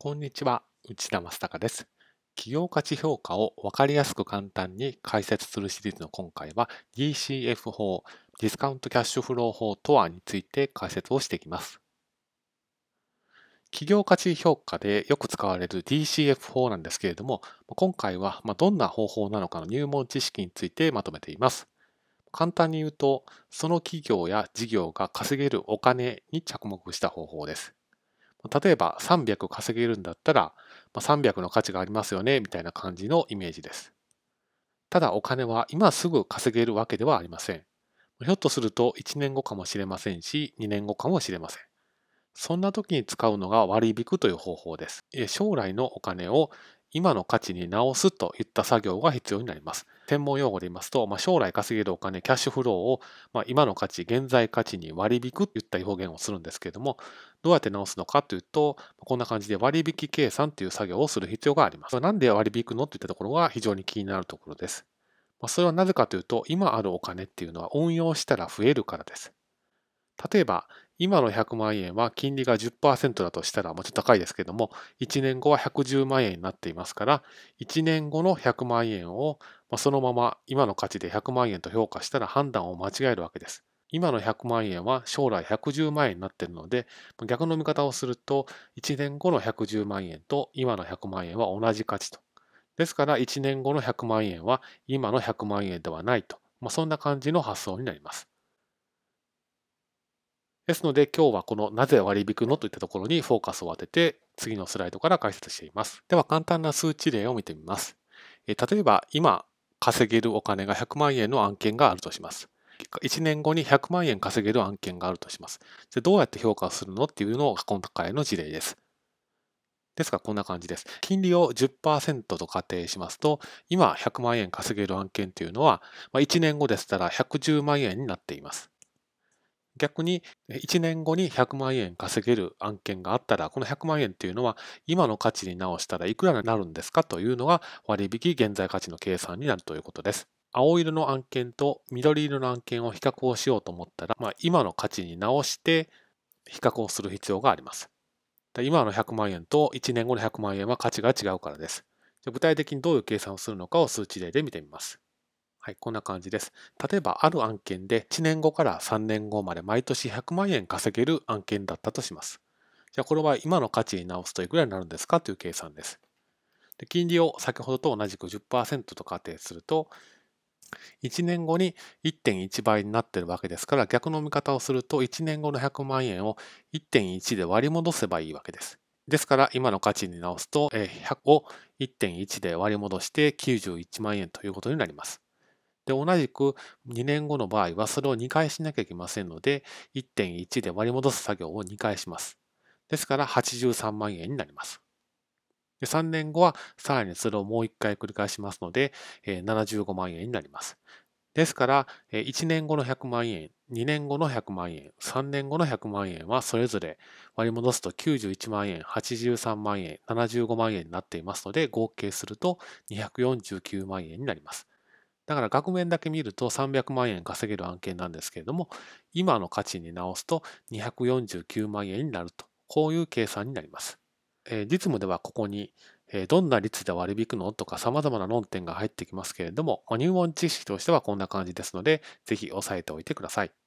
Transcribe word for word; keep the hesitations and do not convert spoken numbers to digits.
こんにちは、内田正孝です。企業価値評価を分かりやすく簡単に解説するシリーズの今回は ディーシーエフ 法、ディスカウントキャッシュフロー法とはについて解説をしていきます。企業価値評価でよく使われる ディーシーエフ 法なんですけれども、今回はどんな方法なのかの入門知識についてまとめています。簡単に言うと、その企業や事業が稼げるお金に着目した方法です。例えばさんびゃく稼げるんだったら、さんびゃくの価値がありますよね、みたいな感じのイメージです。ただお金は今すぐ稼げるわけではありません。ひょっとするといちねんごかもしれませんし、にねんごかもしれません。そんな時に使うのが割引という方法です。将来のお金を今の価値に直すといった作業が必要になります。専門用語で言いますと、まあ、将来稼げるお金、キャッシュフローを、まあ、今の価値、現在価値に割引といった表現をするんですけれども、どうやって直すのかというと、こんな感じで割引計算という作業をする必要があります。なんで割引くのといったところが非常に気になるところです。まあ、それはなぜかというと、今あるお金っていうのは運用したら増えるからです。例えば、今のひゃくまんえんは金利がじゅっパーセントだとしたら、もうちょっと高いですけども、いちねんごはひゃくじゅうまんえんになっていますから、いちねんごのひゃくまんえんをそのまま今の価値でひゃくまんえんと評価したら判断を間違えるわけです。今のひゃくまんえんは将来ひゃくじゅうまんえんになっているので、逆の見方をすると、いちねんごのひゃくじゅうまんえんと今のひゃくまんえんは同じ価値と。ですから、いちねんごのひゃくまんえんは今のひゃくまんえんではないと。まあ、そんな感じの発想になります。ですので、今日はこのなぜ割引くのといったところにフォーカスを当てて、次のスライドから解説しています。では、簡単な数値例を見てみます。例えば、今稼げるお金がひゃくまんえんの案件があるとします。いちねんごにひゃくまんえん稼げる案件があるとします。でどうやって評価をするのっていうのが今回の事例です。ですが、こんな感じです。金利をじゅっパーセントと仮定しますと、今ひゃくまんえん稼げる案件というのは、いちねんごでしたらひゃくじゅうまんえんになっています。逆にいちねんごにひゃくまんえん稼げる案件があったら、このひゃくまんえんっていうのは今の価値に直したらいくらになるんですかというのが割引現在価値の計算になるということです。青色の案件と緑色の案件を比較をしようと思ったら、まあ、今の価値に直して比較をする必要があります。今のひゃくまんえんといちねんごのひゃくまんえんは価値が違うからです。具体的にどういう計算をするのかを数値例で見てみます。はい、こんな感じです。例えば、ある案件でいちねんごからさんねんごまで毎年ひゃくまんえん稼げる案件だったとします。じゃあ、これは今の価値に直すといくらになるんですかという計算です。で金利を先ほどと同じくじゅっパーセントと仮定すると、いちねんごにいってんいちばいになっているわけですから、逆の見方をすると、いちねんごのひゃくまんえんを いってんいち で割り戻せばいいわけです。ですから、今の価値に直すと、ひゃくを いってんいち で割り戻してきゅうじゅういちまんえんということになります。で、同じくにねんごの場合はそれをにかいしなきゃいけませんので、いってんいち で割り戻す作業をにかいします。ですからはちじゅうさんまんえんになります。でさんねんごはさらにそれをもういっかい繰り返しますので、ななじゅうごまんえんになります。ですから、いちねんごのひゃくまんえん、にねんごのひゃくまんえん、さんねんごのひゃくまんえんはそれぞれ割り戻すときゅうじゅういちまんえん、はちじゅうさんまんえん、ななじゅうごまんえんになっていますので、合計するとにひゃくよんじゅうきゅうまんえんになります。だから額面だけ見るとさんびゃくまんえん稼げる案件なんですけれども、今の価値に直すとにひゃくよんじゅうきゅうまんえんになると、こういう計算になります。えー実務ではここに、えーどんな率で割り引くのとか様々な論点が入ってきますけれども、まあ入門知識としてはこんな感じですので、ぜひ押さえておいてください。